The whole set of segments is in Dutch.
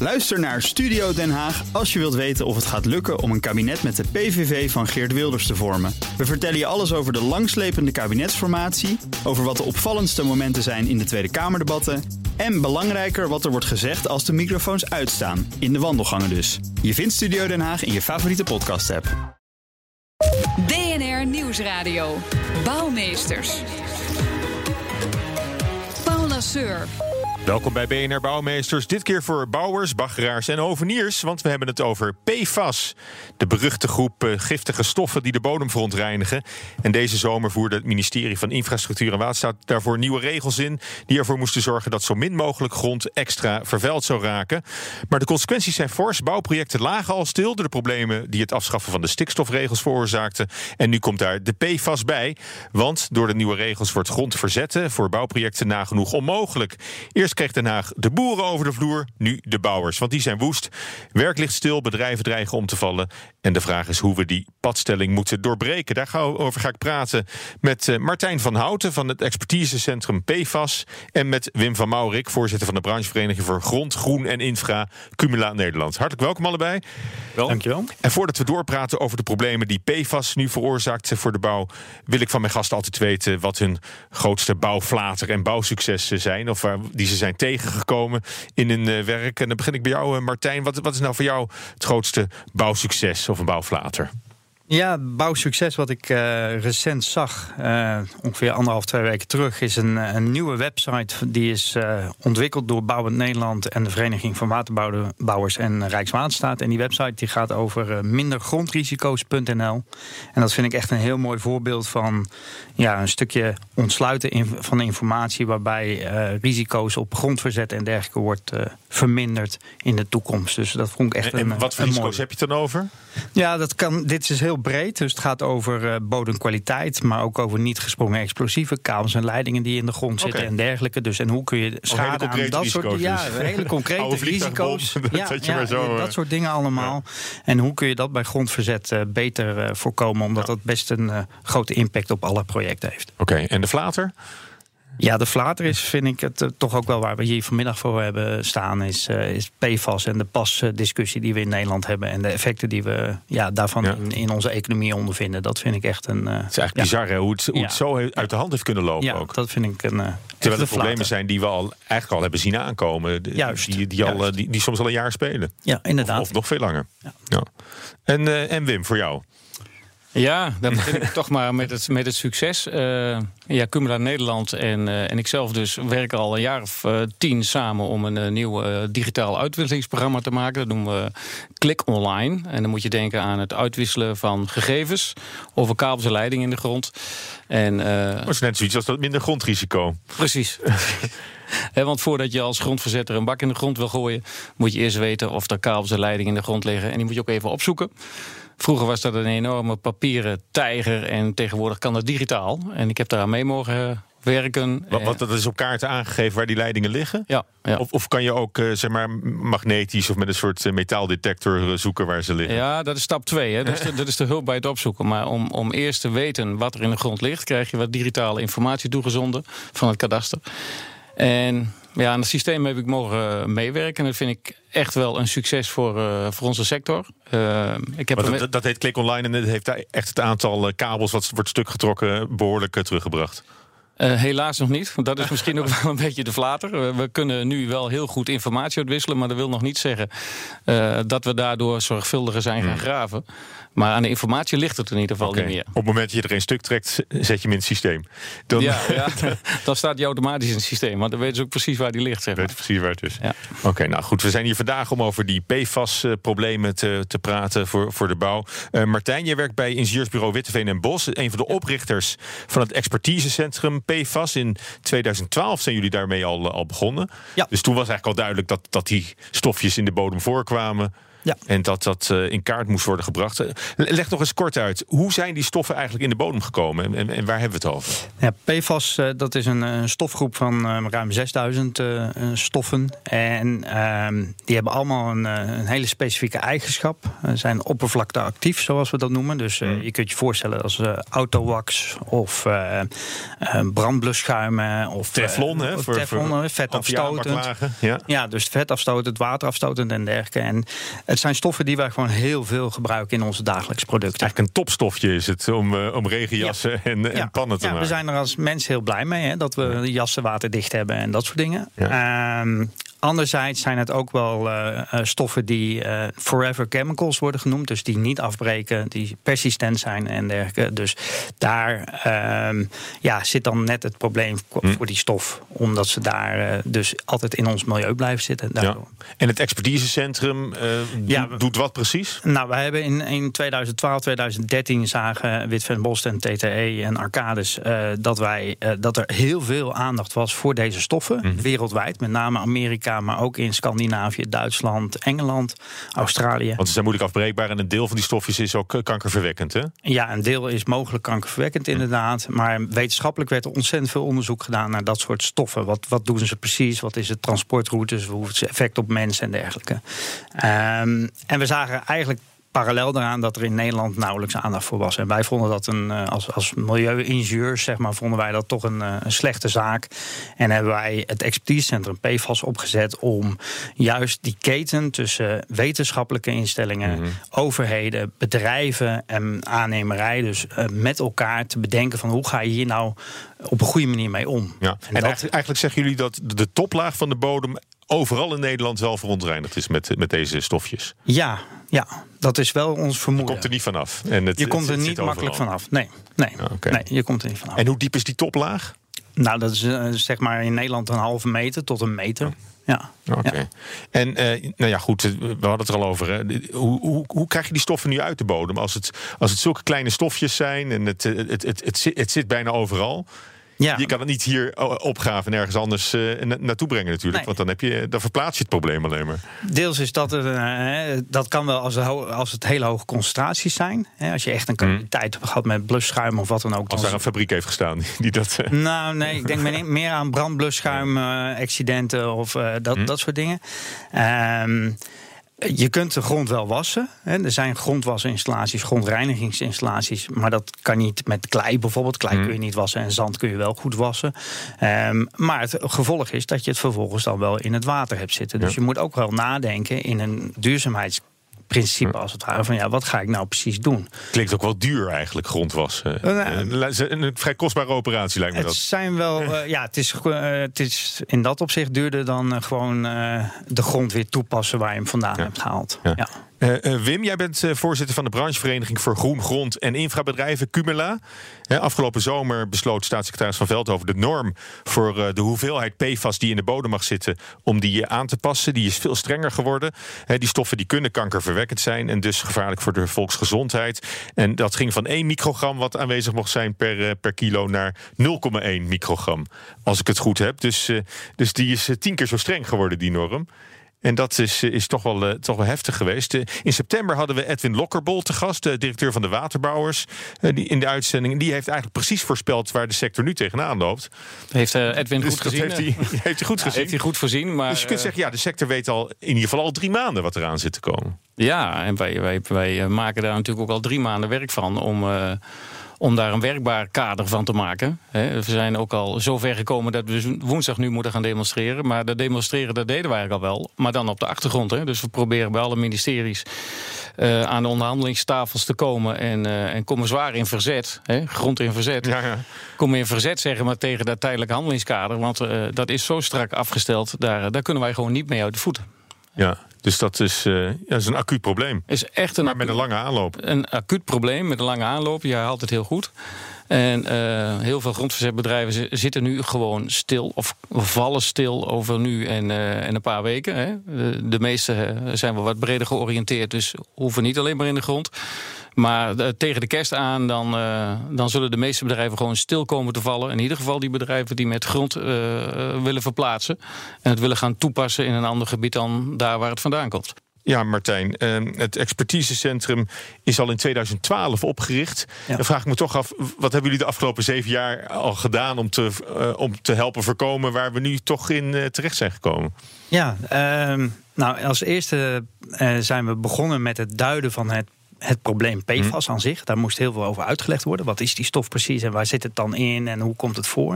Luister naar Studio Den Haag als je wilt weten of het gaat lukken om een kabinet met de PVV van Geert Wilders te vormen. We vertellen je alles over de langslepende kabinetsformatie, over wat de opvallendste momenten zijn in de Tweede Kamerdebatten en belangrijker wat er wordt gezegd als de microfoons uitstaan, in de wandelgangen dus. Je vindt Studio Den Haag in je favoriete podcast-app. BNR Nieuwsradio. Bouwmeesters. Paul Lasseur. Welkom bij BNR Bouwmeesters. Dit keer voor bouwers, baggeraars en hoveniers, want we hebben het over PFAS. De beruchte groep giftige stoffen die de bodem verontreinigen. En deze zomer voerde het ministerie van Infrastructuur en Waterstaat daarvoor nieuwe regels in, die ervoor moesten zorgen dat zo min mogelijk grond extra vervuild zou raken. Maar de consequenties zijn fors. Bouwprojecten lagen al stil door de problemen die het afschaffen van de stikstofregels veroorzaakten. En nu komt daar de PFAS bij. Want door de nieuwe regels wordt grond verzetten voor bouwprojecten nagenoeg onmogelijk. Eerst kreeg Den Haag de boeren over de vloer, nu de bouwers. Want die zijn woest. Werk ligt stil, bedrijven dreigen om te vallen. En de vraag is hoe we die padstelling moeten doorbreken. Daarover ga ik praten met Martijn van Houten van het expertisecentrum PFAS. En met Wim van Maurik, voorzitter van de branchevereniging voor Grond, Groen en Infra, Cumula Nederland. Hartelijk welkom allebei. Dankjewel. En voordat we doorpraten over de problemen die PFAS nu veroorzaakt voor de bouw, wil ik van mijn gasten altijd weten wat hun grootste bouwflater en bouwsuccessen zijn, of waar die ze zijn tegengekomen in hun werk. En dan begin ik bij jou, Martijn. Wat is nou voor jou het grootste bouwsucces of een bouwflater? Ja, bouwsucces wat ik recent zag, ongeveer 1,5-2 weken terug, is een nieuwe website. Die is ontwikkeld door Bouwend Nederland en de Vereniging van Waterbouwers en Rijkswaterstaat. En die website die gaat over mindergrondrisico's.nl. En dat vind ik echt een heel mooi voorbeeld van een stukje ontsluiten van informatie, waarbij risico's op grondverzet en dergelijke wordt verminderd in de toekomst. Dus dat vond ik echt en wat voor risico's heb je het dan over? Ja, dit is heel breed. Dus het gaat over bodemkwaliteit, maar ook over niet gesprongen explosieven, kabels en leidingen die in de grond zitten en dergelijke. Dus en hoe kun je schade aan dat soort hele concrete risico's. Dat soort dingen allemaal. Ja. En hoe kun je dat bij grondverzet beter voorkomen, omdat dat best een grote impact op alle projecten heeft. Oké, en de flater? Ja, de flater is, vind ik het toch ook wel waar we hier vanmiddag voor hebben staan, is PFAS en de pasdiscussie die we in Nederland hebben en de effecten die we daarvan in onze economie ondervinden. Dat vind ik echt een... Het is eigenlijk bizar hè, hoe het zo uit de hand heeft kunnen lopen. Ja, ook. Dat vind ik een... Terwijl er problemen zijn die we eigenlijk al hebben zien aankomen. Die soms al een jaar spelen. Ja, inderdaad. Of nog veel langer. Ja. En Wim, voor jou? Ja, dan begin ik toch maar met het succes. Cumula Nederland en ikzelf dus werken al een jaar of 10 samen om een nieuw digitaal uitwisselingsprogramma te maken. Dat doen we Klik Online. En dan moet je denken aan het uitwisselen van gegevens over kabels en leidingen in de grond. Dat is net zoiets als dat minder grondrisico. Precies. Want voordat je als grondverzetter een bak in de grond wil gooien, moet je eerst weten of er kabels en leidingen in de grond liggen. En die moet je ook even opzoeken. Vroeger was dat een enorme papieren tijger en tegenwoordig kan dat digitaal. En ik heb daaraan mee mogen werken. Want dat is op kaarten aangegeven waar die leidingen liggen? Ja. Of kan je ook magnetisch of met een soort metaaldetector zoeken waar ze liggen? Ja, dat is stap 2. Hè. Dat is de hulp bij het opzoeken. Maar om eerst te weten wat er in de grond ligt, krijg je wat digitale informatie toegezonden van het kadaster. En aan het systeem heb ik mogen meewerken. En dat vind ik echt wel een succes voor onze sector. Dat heet Klik Online en dat heeft echt het aantal kabels wat wordt stuk getrokken behoorlijk teruggebracht. Helaas nog niet, want dat is misschien ook wel een beetje de flater. We kunnen nu wel heel goed informatie uitwisselen, maar dat wil nog niet zeggen dat we daardoor zorgvuldiger zijn gaan graven. Maar aan de informatie ligt het in ieder geval niet meer. Op het moment dat je er een stuk trekt, zet je hem in het systeem. Dan staat hij automatisch in het systeem, want dan weten ze ook precies waar die ligt. Zeg maar. Weet precies waar het is. Ja. Oké, nou goed, we zijn hier vandaag om over die PFAS-problemen te praten voor de bouw. Martijn, jij werkt bij ingenieursbureau Witteveen en Bos, een van de oprichters van het expertisecentrum PFAS. In 2012 zijn jullie daarmee al begonnen. Ja. Dus toen was eigenlijk al duidelijk dat die stofjes in de bodem voorkwamen. Ja. En dat in kaart moest worden gebracht. Leg nog eens kort uit, hoe zijn die stoffen eigenlijk in de bodem gekomen? En waar hebben we het over? Ja, PFAS, dat is een stofgroep van ruim 6000 stoffen. En die hebben allemaal een hele specifieke eigenschap. Zijn oppervlakteactief, zoals we dat noemen. Dus je kunt je voorstellen als autowax of brandblusschuimen. Of Teflon, Teflon, vetafstotend. Ja, dus vetafstotend, waterafstotend en dergelijke. En het zijn stoffen die wij gewoon heel veel gebruiken in onze dagelijkse producten. Eigenlijk een topstofje is het om regenjassen en pannen te maken. We zijn er als mens heel blij mee, hè, dat we jassen waterdicht hebben en dat soort dingen. Ja. Anderzijds zijn het ook wel stoffen die forever chemicals worden genoemd. Dus die niet afbreken, die persistent zijn en dergelijke. Dus daar zit dan net het probleem voor die stof. Omdat ze daar dus altijd in ons milieu blijven zitten. Daardoor. Ja. En het expertisecentrum doet wat precies? Nou, wij hebben in 2012, 2013 zagen Wit van Bost en TTE en Arcadis dat er heel veel aandacht was voor deze stoffen. Wereldwijd, met name Amerika, maar ook in Scandinavië, Duitsland, Engeland, Australië. Want ze zijn moeilijk afbreekbaar en een deel van die stofjes is ook kankerverwekkend, hè? Ja, een deel is mogelijk kankerverwekkend inderdaad. Maar wetenschappelijk werd er ontzettend veel onderzoek gedaan naar dat soort stoffen. Wat doen ze precies? Wat is het transportroutes? Hoe is het effect op mensen en dergelijke? En we zagen eigenlijk parallel daaraan dat er in Nederland nauwelijks aandacht voor was. En wij vonden dat als milieuingenieurs, zeg maar, vonden wij dat toch een slechte zaak. En hebben wij het expertisecentrum PFAS opgezet om juist die keten tussen wetenschappelijke instellingen, overheden, bedrijven en aannemerij, dus met elkaar te bedenken van hoe ga je hier nou op een goede manier mee om. Ja. En eigenlijk zeggen jullie dat de toplaag van de bodem overal in Nederland wel verontreinigd is met deze stofjes? Ja, dat is wel ons vermoeden. Je komt er niet vanaf. Je komt er niet makkelijk vanaf. Nee, je komt er niet vanaf. En hoe diep is die toplaag? Nou, dat is zeg maar in Nederland 1,5 meter tot 1 meter. Ja. Oké. Ja. En goed, we hadden het er al over. Hè. Hoe krijg je die stoffen nu uit de bodem? Als het zulke kleine stofjes zijn en het zit bijna overal. Ja. Je kan het niet hier opgraven en ergens anders naartoe brengen natuurlijk. Nee. Want dan verplaats je het probleem alleen maar. Deels is dat kan wel als het hele hoge concentraties zijn. Als je echt een kwaliteit hebt gehad met blusschuim of wat dan ook. Als daar een fabriek heeft gestaan die dat... Nou nee, ik denk meer aan brandblusschuim, accidenten of dat soort dingen. Je kunt de grond wel wassen. Er zijn grondwasinstallaties, grondreinigingsinstallaties. Maar dat kan niet met klei bijvoorbeeld. Klei kun je niet wassen en zand kun je wel goed wassen. Maar het gevolg is dat je het vervolgens dan wel in het water hebt zitten. Dus je moet ook wel nadenken in een duurzaamheidsprincipe als het ware. Van wat ga ik nou precies doen? Klinkt ook wel duur eigenlijk, grondwassen. Een vrij kostbare operatie lijkt me dat. Het zijn wel, het is in dat opzicht duurder dan gewoon de grond weer toepassen waar je hem vandaan hebt gehaald. Ja. Wim, jij bent voorzitter van de branchevereniging voor groen grond en infrabedrijven, Cumula. Afgelopen zomer besloot staatssecretaris Van Veldhoven de norm voor de hoeveelheid PFAS die in de bodem mag zitten, om die aan te passen. Die is veel strenger geworden. Die stoffen die kunnen kankerverwekkend zijn en dus gevaarlijk voor de volksgezondheid. En dat ging van 1 microgram wat aanwezig mocht zijn per kilo naar 0,1 microgram. Als ik het goed heb. Dus die is 10 keer zo streng geworden, die norm. En dat is toch wel heftig geweest. In september hadden we Edwin Lokkerbol te gast, de directeur van de Waterbouwers, in de uitzending. Die heeft eigenlijk precies voorspeld waar de sector nu tegenaan loopt. Heeft Edwin goed gezien? Heeft hij goed gezien. Heeft hij goed voorzien. Maar, dus je kunt zeggen, de sector weet al in ieder geval al 3 maanden wat eraan zit te komen. Ja, en wij maken daar natuurlijk ook al 3 maanden werk van om daar een werkbaar kader van te maken. We zijn ook al zo ver gekomen dat we woensdag nu moeten gaan demonstreren. Maar dat demonstreren, dat deden we eigenlijk al wel. Maar dan op de achtergrond. Dus we proberen bij alle ministeries aan de onderhandelingstafels te komen. En komen zwaar in verzet. Grond in verzet. Ja. Komen in verzet, zeggen maar, tegen dat tijdelijke handelingskader. Want dat is zo strak afgesteld. Daar kunnen wij gewoon niet mee uit de voeten. Ja. Dus dat is een acuut probleem. Is echt maar met een lange aanloop. Een acuut probleem met een lange aanloop. Je haalt het heel goed. En heel veel grondverzetbedrijven zitten nu gewoon stil. Of vallen stil over nu en een paar weken. De meeste zijn wel wat breder georiënteerd. Dus hoeven niet alleen maar in de grond. Maar tegen de kerst aan, dan zullen de meeste bedrijven gewoon stil komen te vallen. In ieder geval die bedrijven die met grond willen verplaatsen. En het willen gaan toepassen in een ander gebied dan daar waar het vandaan komt. Ja, Martijn, het expertisecentrum is al in 2012 opgericht. Ja. Dan vraag ik me toch af, wat hebben jullie de afgelopen 7 jaar al gedaan om te helpen voorkomen waar we nu toch in terecht zijn gekomen? Ja, als eerste zijn we begonnen met het duiden van het probleem PFAS aan zich. Daar moest heel veel over uitgelegd worden. Wat is die stof precies en waar zit het dan in en hoe komt het voor?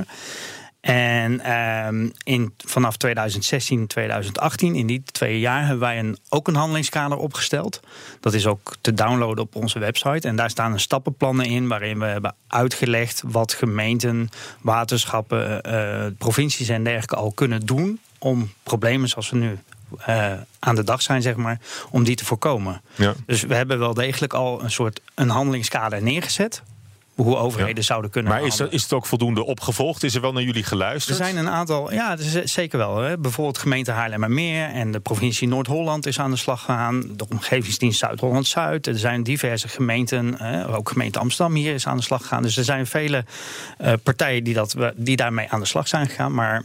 En vanaf 2016, 2018, in die 2 jaar, hebben wij ook een handelingskader opgesteld. Dat is ook te downloaden op onze website. En daar staan stappenplannen in waarin we hebben uitgelegd wat gemeenten, waterschappen, provincies en dergelijke al kunnen doen om problemen zoals we nu aan de dag zijn, zeg maar, om die te voorkomen. Ja. Dus we hebben wel degelijk al een handelingskader neergezet. Hoe overheden zouden kunnen handelen. Maar is het ook voldoende opgevolgd? Is er wel naar jullie geluisterd? Er zijn een aantal, zeker wel. Hè. Bijvoorbeeld gemeente Haarlemmermeer en de provincie Noord-Holland is aan de slag gegaan. De omgevingsdienst Zuid-Holland-Zuid. Er zijn diverse gemeenten, ook gemeente Amsterdam hier is aan de slag gegaan. Dus er zijn vele partijen die daarmee aan de slag zijn gegaan. Maar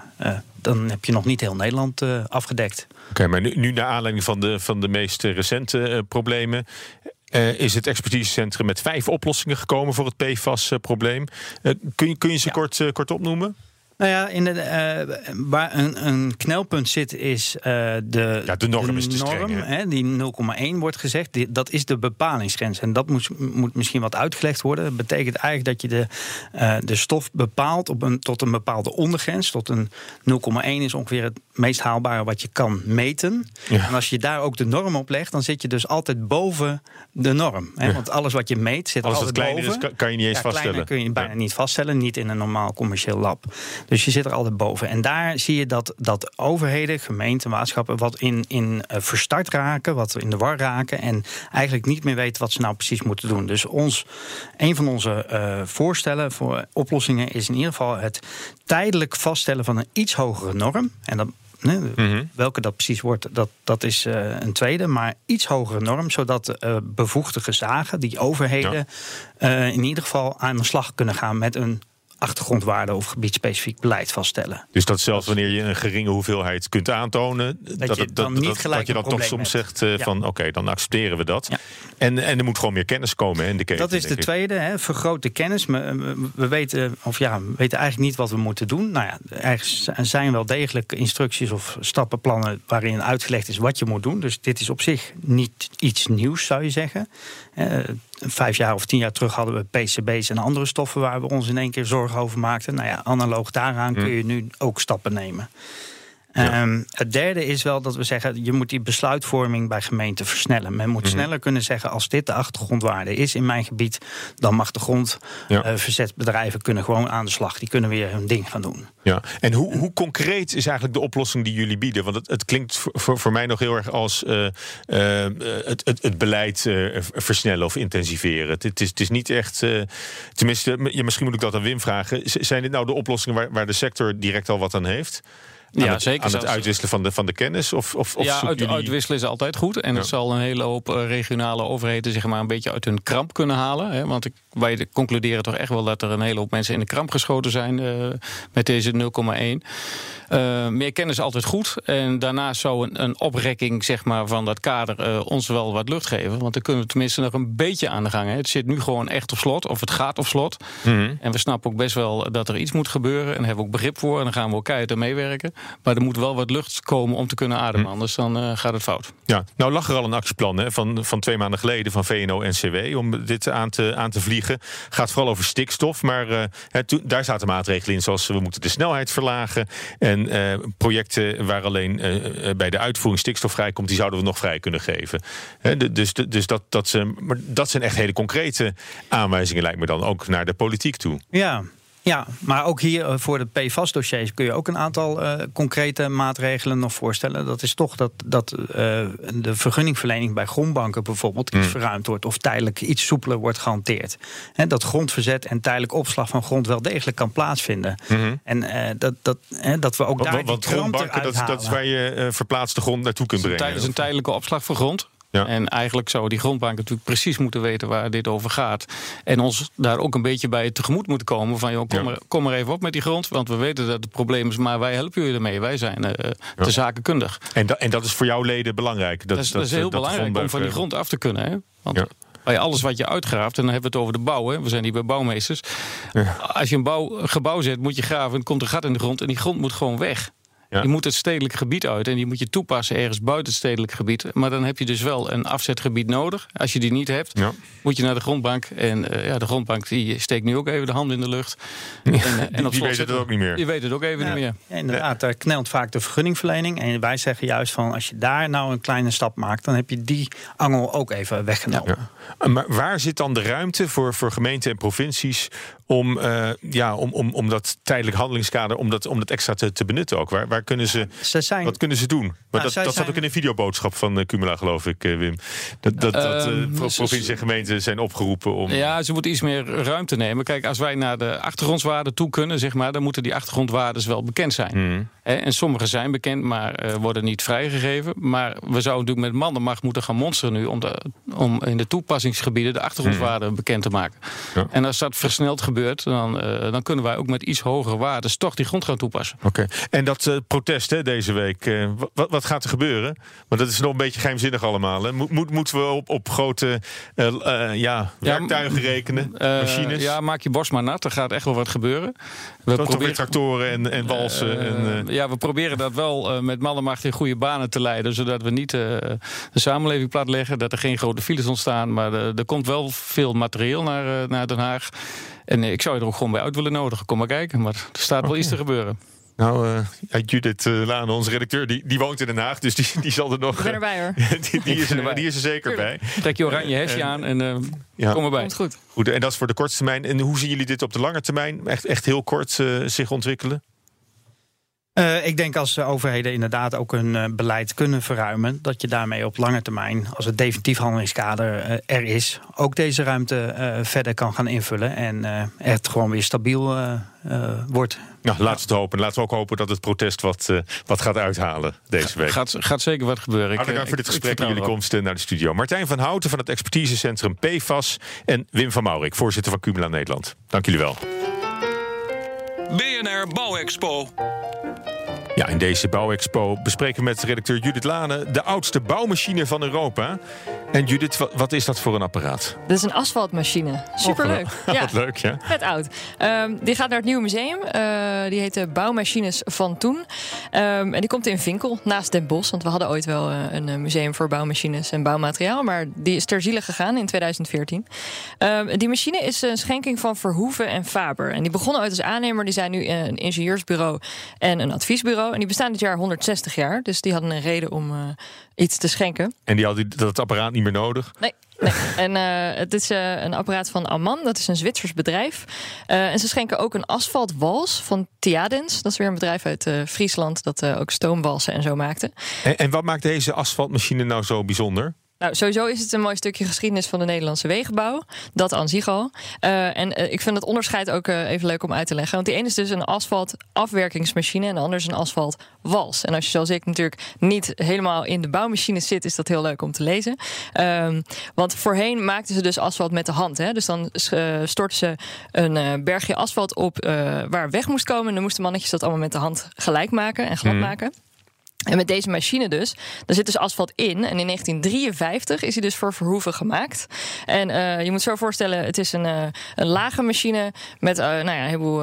dan heb je nog niet heel Nederland afgedekt. Oké, maar nu naar aanleiding van de meest recente problemen, is het expertisecentrum met 5 oplossingen gekomen voor het PFAS-probleem. Kun je ze kort opnoemen? Nou ja, waar een knelpunt zit is de norm is te norm, streng, die 0,1 wordt gezegd. Dat is de bepalingsgrens. En dat moet misschien wat uitgelegd worden. Dat betekent eigenlijk dat je de stof bepaalt tot een bepaalde ondergrens. Tot een 0,1 is ongeveer het meest haalbare wat je kan meten. Ja. En als je daar ook de norm op legt, dan zit je dus altijd boven de norm. Hè? Ja. Want alles wat je meet zit altijd boven. Als het kleiner is, kan je niet eens vaststellen. Kleiner kun je bijna niet vaststellen. Niet in een normaal commercieel lab. Dus je zit er altijd boven. En daar zie je dat overheden, gemeenten, waterschappen wat in verstart raken, wat in de war raken en eigenlijk niet meer weten wat ze nou precies moeten doen. Dus een van onze voorstellen voor oplossingen is in ieder geval het tijdelijk vaststellen van een iets hogere norm. En dat welke dat precies wordt, dat is een tweede. Maar iets hogere norm, zodat bevoegde gezagen, die overheden, in ieder geval aan de slag kunnen gaan met een achtergrondwaarde of gebiedspecifiek beleid vaststellen. Dus dat zelfs wanneer je een geringe hoeveelheid kunt aantonen, dat je dan toch soms zegt van oké, dan accepteren we dat. Ja. En er moet gewoon meer kennis komen in de keten. Dat is de tweede, vergroot de kennis. We weten eigenlijk niet wat we moeten doen. Nou ja, er zijn wel degelijk instructies of stappenplannen waarin uitgelegd is wat je moet doen. Dus dit is op zich niet iets nieuws, zou je zeggen. 5 jaar of 10 jaar terug hadden we PCB's en andere stoffen waar we ons in één keer zorgen over maakten. Nou ja, analoog daaraan kun je nu ook stappen nemen. Ja. Het derde is wel dat we zeggen, je moet die besluitvorming bij gemeenten versnellen. Men moet sneller kunnen zeggen, als dit de achtergrondwaarde is in mijn gebied, dan mag de grondverzetbedrijven kunnen gewoon aan de slag. Die kunnen weer hun ding gaan doen. Ja. En hoe concreet is eigenlijk de oplossing die jullie bieden? Want het klinkt voor mij nog heel erg als het beleid versnellen of intensiveren. Het is niet echt, tenminste, misschien moet ik dat aan Wim vragen. Zijn dit nou de oplossingen waar de sector direct al wat aan heeft? Zeker. Aan het uitwisselen van de kennis? Uitwisselen is altijd goed. En het zal een hele hoop regionale overheden zeg maar een beetje uit hun kramp kunnen halen. Hè? Want wij concluderen toch echt wel dat er een hele hoop mensen in de kramp geschoten zijn met deze 0,1. Meer kennis is altijd goed. En daarnaast zou een oprekking zeg maar, van dat kader ons wel wat lucht geven. Want dan kunnen we tenminste nog een beetje aan de gang. Hè? Het zit nu gewoon echt op slot. Of het gaat op slot. En we snappen ook best wel dat er iets moet gebeuren. En daar hebben we ook begrip voor. En dan gaan we ook keihard aan meewerken. Maar er moet wel wat lucht komen om te kunnen ademen. Anders dan gaat het fout. Ja, nou lag er al een actieplan van 2 maanden geleden van VNO-NCW om dit aan te vliegen. Gaat vooral over stikstof. Maar daar zaten maatregelen in zoals we moeten de snelheid verlagen. En projecten waar alleen bij de uitvoering stikstof vrijkomt, die zouden we nog vrij kunnen geven. Dus dat zijn echt hele concrete aanwijzingen, lijkt me dan ook naar de politiek toe. Ja, maar ook hier voor de PFAS-dossiers kun je ook een aantal concrete maatregelen nog voorstellen. Dat is toch dat de vergunningverlening bij grondbanken bijvoorbeeld iets verruimd wordt of tijdelijk iets soepeler wordt gehanteerd. Dat grondverzet en tijdelijk opslag van grond wel degelijk kan plaatsvinden. En dat we ook daar want grondbanken, dat is waar je verplaatste grond naartoe kunt brengen. Tijdens een tijdelijke opslag van grond. Ja. En eigenlijk zou die grondbank natuurlijk precies moeten weten waar dit over gaat. En ons daar ook een beetje bij tegemoet moeten komen. Van joh, kom er even op met die grond. Want we weten dat het probleem is, maar wij helpen jullie ermee. Wij zijn te zakenkundig. En dat is voor jouw leden belangrijk? Dat is heel belangrijk om van die grond af te kunnen. Hè? Want bij alles wat je uitgraaft, en dan hebben we het over de bouw. Hè? We zijn hier bij bouwmeesters. Ja. Als je een gebouw zet, moet je graven. En komt een gat in de grond. En die grond moet gewoon weg. Ja. Je moet het stedelijk gebied uit en die moet je toepassen ergens buiten het stedelijk gebied. Maar dan heb je dus wel een afzetgebied nodig. Als je die niet hebt, moet je naar de grondbank. En de grondbank die steekt nu ook even de hand in de lucht. En die weet het ook niet meer. Die weet het ook even niet meer. Ja, inderdaad, daar knelt vaak de vergunningverlening. En wij zeggen juist van, als je daar nou een kleine stap maakt, dan heb je die angel ook even weggenomen. Ja. Maar waar zit dan de ruimte voor gemeenten en provincies om dat tijdelijk handelingskader, om dat extra te benutten ook? Waar kunnen wat kunnen ze doen? Maar dat zat ook in een videoboodschap van Cumula, geloof ik, Wim. Dat provincies en gemeenten zijn opgeroepen om... Ja, ze moeten iets meer ruimte nemen. Kijk, als wij naar de achtergrondswaarden toe kunnen, zeg maar, dan moeten die achtergrondwaardes wel bekend zijn. En sommige zijn bekend, maar worden niet vrijgegeven. Maar we zouden natuurlijk met man en macht moeten gaan monsteren nu om in de toepassingsgebieden de achtergrondwaarden bekend te maken. Ja. En als dat versneld gebeurt, dan kunnen wij ook met iets hogere waarden toch die grond gaan toepassen. Oké. En dat protest deze week, wat gaat er gebeuren? Want dat is nog een beetje geheimzinnig allemaal. Hè? Moeten we op grote werktuigen rekenen? Machines? Ja, maak je borst maar nat. Er gaat echt wel wat gebeuren. We proberen tractoren en walsen. We proberen dat wel met man en macht in goede banen te leiden, zodat we niet de samenleving platleggen, dat er geen grote files ontstaan. Maar er komt wel veel materieel naar Den Haag. En ik zou je er ook gewoon bij uit willen nodigen. Kom maar kijken, maar er staat wel iets te gebeuren. Nou, Judith Lane, onze redacteur, die woont in Den Haag, dus die zal er nog... Ik ben erbij hoor. die is er zeker bij. Trek je oranje hesje aan en kom erbij. Komt goed. En dat is voor de korte termijn. En hoe zien jullie dit op de lange termijn echt heel kort zich ontwikkelen? Ik denk als overheden inderdaad ook hun beleid kunnen verruimen, dat je daarmee op lange termijn, als het definitief handelingskader er is, ook deze ruimte verder kan gaan invullen en het gewoon weer stabiel wordt. Nou, laten we het hopen. Laten we ook hopen dat het protest wat gaat uithalen deze week. Gaat zeker wat gebeuren. Hartelijk dank voor dit gesprek en jullie komst naar de studio. Martijn van Houten van het expertisecentrum PFAS en Wim van Maurik, voorzitter van Cumula Nederland. Dank jullie wel. BNR Bouwexpo. Ja, in deze Bouwexpo bespreken we met redacteur Judith Lane de oudste bouwmachine van Europa. En Judith, wat is dat voor een apparaat? Dat is een asfaltmachine. Superleuk. Wat leuk, ja. Vet oud. Die gaat naar het nieuwe museum. Die heet de Bouwmachines van Toen. En die komt in Vinkel, naast Den Bosch. Want we hadden ooit wel een museum voor bouwmachines en bouwmateriaal. Maar die is ter ziele gegaan in 2014. Die machine is een schenking van Verhoeven en Faber. En die begonnen ooit als aannemer. Die zijn nu een ingenieursbureau en een adviesbureau. En die bestaan dit jaar 160 jaar. Dus die hadden een reden om iets te schenken. En die hadden dat apparaat niet meer nodig? Nee. En het is een apparaat van Amman. Dat is een Zwitsers bedrijf. En ze schenken ook een asfaltwals van Tiadens. Dat is weer een bedrijf uit Friesland dat ook stoomwalsen en zo maakte. En wat maakt deze asfaltmachine nou zo bijzonder? Nou, sowieso is het een mooi stukje geschiedenis van de Nederlandse wegenbouw. Dat aan zich al. En ik vind het onderscheid ook even leuk om uit te leggen. Want die ene is dus een asfaltafwerkingsmachine en de andere is een asfaltwals. En als je zoals ik natuurlijk niet helemaal in de bouwmachine zit, is dat heel leuk om te lezen. Want voorheen maakten ze dus asfalt met de hand. Hè? Dus dan stortten ze een bergje asfalt op waar weg moest komen. En dan moesten mannetjes dat allemaal met de hand gelijk maken en glad maken. En met deze machine dus, daar zit dus asfalt in. En in 1953 is hij dus voor Verhoeven gemaakt. En je moet zo voorstellen, het is een lage machine met een heleboel...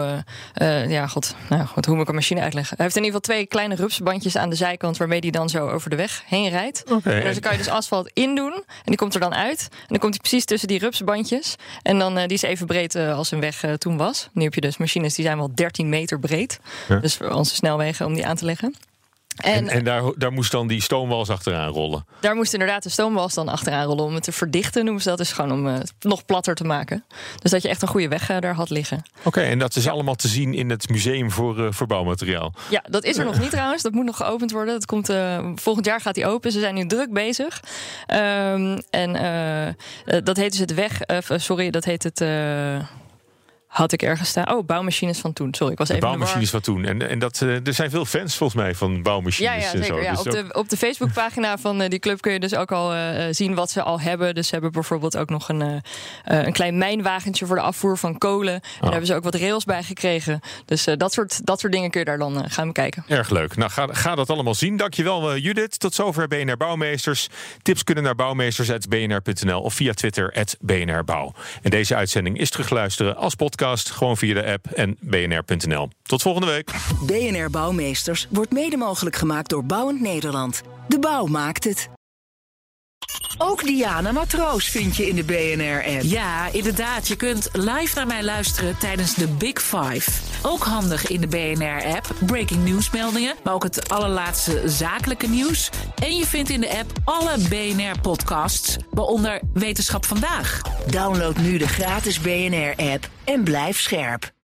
hoe moet ik een machine uitleggen? Hij heeft in ieder geval 2 kleine rupsbandjes aan de zijkant waarmee hij dan zo over de weg heen rijdt. Okay. En dan kan je dus asfalt in en die komt er dan uit. En dan komt hij precies tussen die rupsbandjes. En dan die is even breed als een weg toen was. Nu heb je dus machines die zijn wel 13 meter breed. Ja. Dus voor onze snelwegen om die aan te leggen. En daar moest dan die stoomwals achteraan rollen? Daar moest inderdaad de stoomwals dan achteraan rollen om het te verdichten, noemen ze dat. Dus gewoon om het nog platter te maken. Dus dat je echt een goede weg daar had liggen. Oké, en dat is allemaal te zien in het museum voor bouwmateriaal? Ja, dat is er nog niet trouwens. Dat moet nog geopend worden. Dat komt, volgend jaar gaat die open. Ze zijn nu druk bezig. Dat heet dus het had ik ergens staan. Oh, bouwmachines van toen. Sorry, ik was de even bouwmachines van toen. En dat, er zijn veel fans volgens mij van bouwmachines. Ja, zeker. En zo. Ja, Dus op de Facebookpagina van die club kun je dus ook al zien wat ze al hebben. Dus ze hebben bijvoorbeeld ook nog een klein mijnwagentje voor de afvoer van kolen. En daar hebben ze ook wat rails bij gekregen. Dus dat soort dingen kun je daar dan gaan bekijken. Erg leuk. Nou, ga dat allemaal zien. Dankjewel, Judith. Tot zover BNR Bouwmeesters. Tips kunnen naar bouwmeesters@bnr.nl of via Twitter @BNRBouw. En deze uitzending is terugluisteren als podcast, gewoon via de app en bnr.nl. Tot volgende week. BNR Bouwmeesters wordt mede mogelijk gemaakt door Bouwend Nederland. De bouw maakt het. Ook Diana Matroos vind je in de BNR-app. Ja, inderdaad. Je kunt live naar mij luisteren tijdens de Big Five. Ook handig in de BNR-app. Breaking nieuwsmeldingen, maar ook het allerlaatste zakelijke nieuws. En je vindt in de app alle BNR-podcasts, waaronder Wetenschap Vandaag. Download nu de gratis BNR-app en blijf scherp.